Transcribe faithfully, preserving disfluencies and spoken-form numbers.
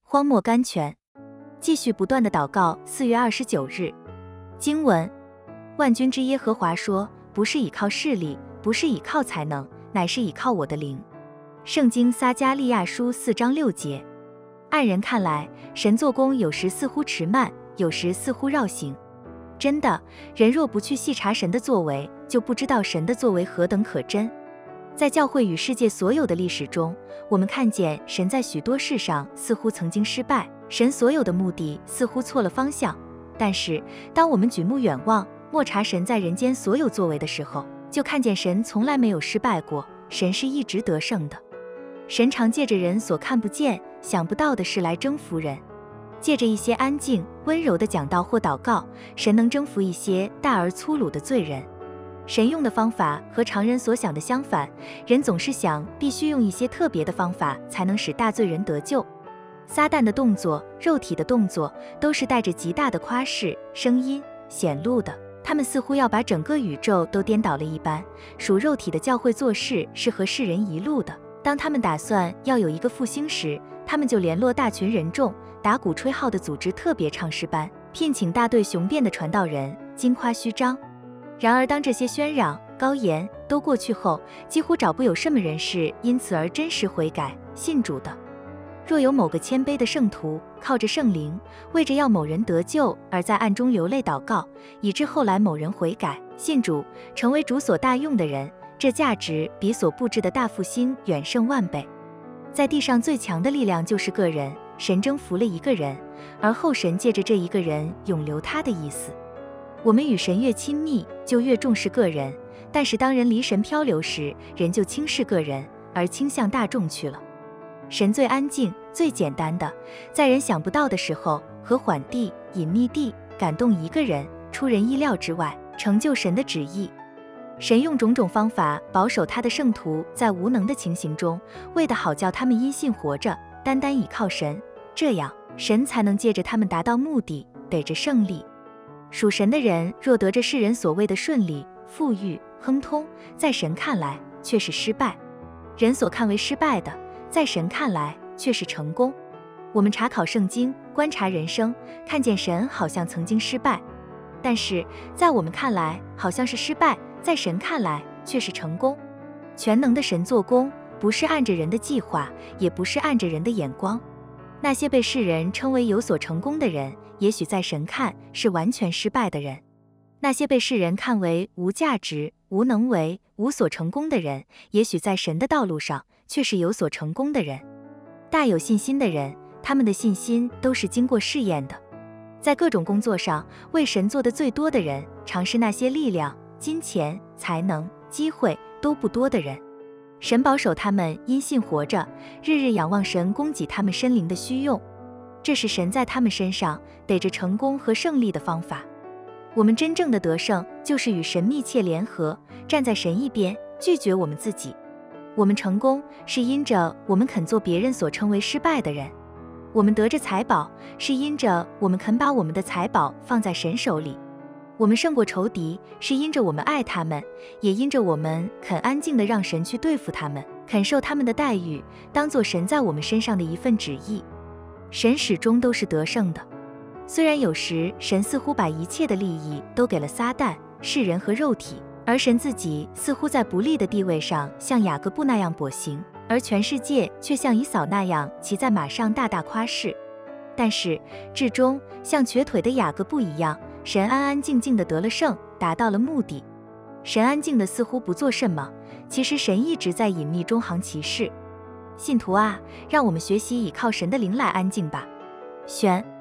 荒漠甘泉。继续不断的祷告。四月二十九日，经文：万军之耶和华说，不是倚靠势力，不是倚靠才能，乃是倚靠我的灵。圣经撒迦利亚书四章六节。按人看来，神做工有时似乎迟慢，有时似乎绕行。真的，人若不去细查神的作为，就不知道神的作为何等可真。在教会与世界所有的历史中，我们看见神在许多事上似乎曾经失败，神所有的目的似乎错了方向。但是，当我们举目远望，默察神在人间所有作为的时候，就看见神从来没有失败过，神是一直得胜的。神常借着人所看不见、想不到的事来征服人。借着一些安静、温柔的讲道或祷告，神能征服一些大而粗鲁的罪人。神用的方法和常人所想的相反，人总是想必须用一些特别的方法才能使大罪人得救。撒旦的动作、肉体的动作，都是带着极大的夸饰、声音显露的。他们似乎要把整个宇宙都颠倒了一般。属肉体的教会做事是和世人一路的。当他们打算要有一个复兴时，他们就联络大群人众，打鼓吹号的组织特别唱诗班，聘请大队雄辩的传道人，金夸虚张。然而当这些喧嚷、高言都过去后，几乎找不有什么人是因此而真实悔改信主的。若有某个谦卑的圣徒靠着圣灵，为着要某人得救而在暗中流泪祷告，以致后来某人悔改信主，成为主所大用的人，这价值比所布置的大复兴远胜万倍。在地上最强的力量就是个人，神征服了一个人，而后神借着这一个人永留他的意思。我们与神越亲密，就越重视个人，但是当人离神漂流时，人就轻视个人，而倾向大众去了。神最安静、最简单的，在人想不到的时候，和缓地、隐秘地感动一个人，出人意料之外，成就神的旨意。神用种种方法保守他的圣徒在无能的情形中，为的好叫他们因信活着，单单倚靠神，这样神才能借着他们达到目的，得着胜利。属神的人若得着世人所谓的顺利、富裕、亨通，在神看来却是失败；人所看为失败的，在神看来却是成功。我们查考圣经，观察人生，看见神好像曾经失败，但是在我们看来好像是失败，在神看来却是成功。全能的神做工，不是按着人的计划，也不是按着人的眼光。那些被世人称为有所成功的人，也许在神看是完全失败的人；那些被世人看为无价值、无能为、无所成功的人，也许在神的道路上却是有所成功的人。大有信心的人，他们的信心都是经过试验的。在各种工作上为神做的最多的人，常是那些力量、金钱、才能、机会都不多的人。神保守他们因信活着，日日仰望神供给他们身灵的需用，这是神在他们身上得着成功和胜利的方法。我们真正的得胜，就是与神密切联合，站在神一边，拒绝我们自己。我们成功，是因着我们肯做别人所称为失败的人；我们得着财宝，是因着我们肯把我们的财宝放在神手里；我们胜过仇敌，是因着我们爱他们，也因着我们肯安静地让神去对付他们，肯受他们的待遇，当作神在我们身上的一份旨意。神始终都是得胜的，虽然有时神似乎把一切的利益都给了撒旦、世人和肉体，而神自己似乎在不利的地位上像雅各布那样跛行，而全世界却像以扫那样骑在马上大大夸示。但是至终像瘸腿的雅各布一样，神安安静静地得了胜，达到了目的。神安静的似乎不做什么，其实神一直在隐秘中行其事。信徒啊，让我们学习倚靠神的灵来安静吧。选